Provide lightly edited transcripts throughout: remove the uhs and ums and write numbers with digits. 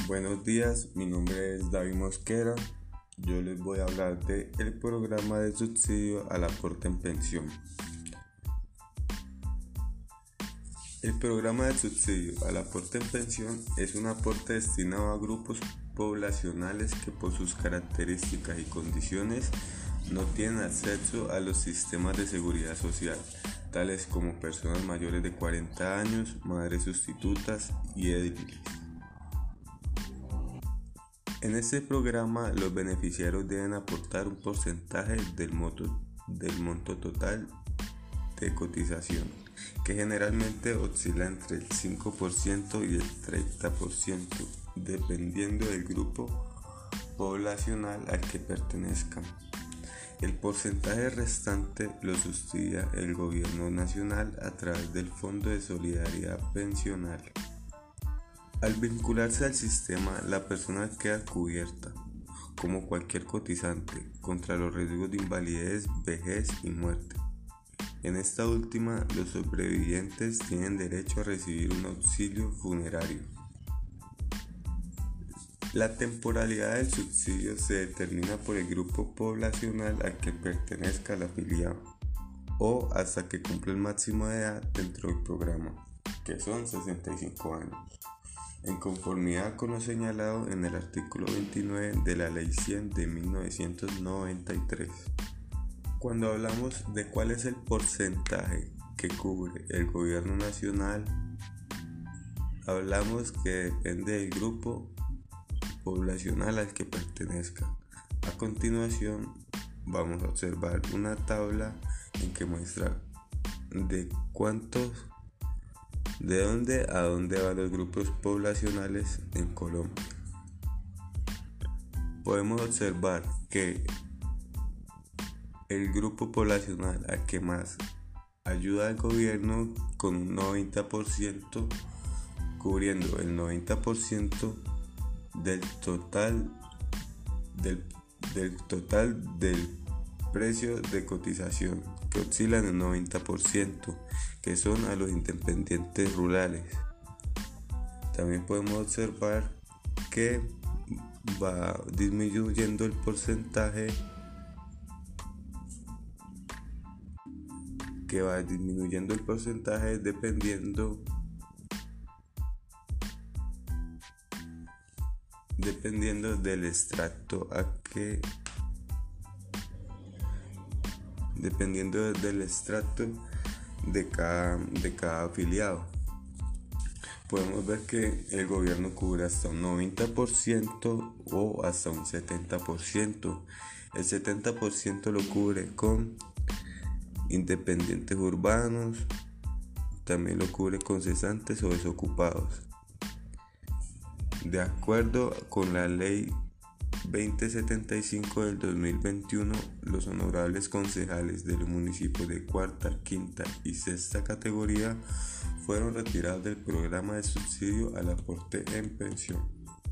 Buenos días, mi nombre es David Mosquera. Yo les voy a hablar del programa de subsidio al aporte en pensión. El programa de subsidio al aporte en pensión es un aporte destinado a grupos poblacionales que por sus características y condiciones no tienen acceso a los sistemas de seguridad social, tales como personas mayores de 40 años, madres sustitutas y ediles. En este programa, los beneficiarios deben aportar un porcentaje del monto total de cotización, que generalmente oscila entre el 5% y el 30%, dependiendo del grupo poblacional al que pertenezcan. El porcentaje restante lo subsidia el gobierno nacional a través del Fondo de Solidaridad Pensional. Al vincularse al sistema, la persona queda cubierta, como cualquier cotizante, contra los riesgos de invalidez, vejez y muerte. En esta última, los sobrevivientes tienen derecho a recibir un auxilio funerario. La temporalidad del subsidio se determina por el grupo poblacional al que pertenezca el afiliado o hasta que cumple el máximo de edad dentro del programa, que son 65 años, en conformidad con lo señalado en el artículo 29 de la Ley 100 de 1993. Cuando hablamos de cuál es el porcentaje que cubre el gobierno nacional, hablamos que depende del grupo poblacional al que pertenezca. A continuación, vamos a observar una tabla en que muestra de dónde a dónde van los grupos poblacionales en Colombia. Podemos observar que el grupo poblacional al que más ayuda al gobierno con un 90%, cubriendo el 90% del total del precio de cotización, que oscila en el 90%, que son a los independientes rurales. También podemos observar que va disminuyendo el porcentaje dependiendo del extracto de cada afiliado. Podemos ver que el gobierno cubre hasta un 90% o hasta un 70%. El 70% lo cubre con independientes urbanos, también lo cubre con cesantes o desocupados. De acuerdo con la Ley 2075 del 2021, los honorables concejales de los municipios de cuarta, quinta y sexta categoría fueron retirados del programa de subsidio al aporte en pensión.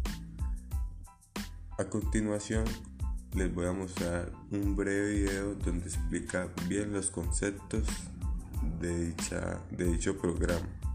A continuación, les voy a mostrar un breve video donde explica bien los conceptos de dicho programa.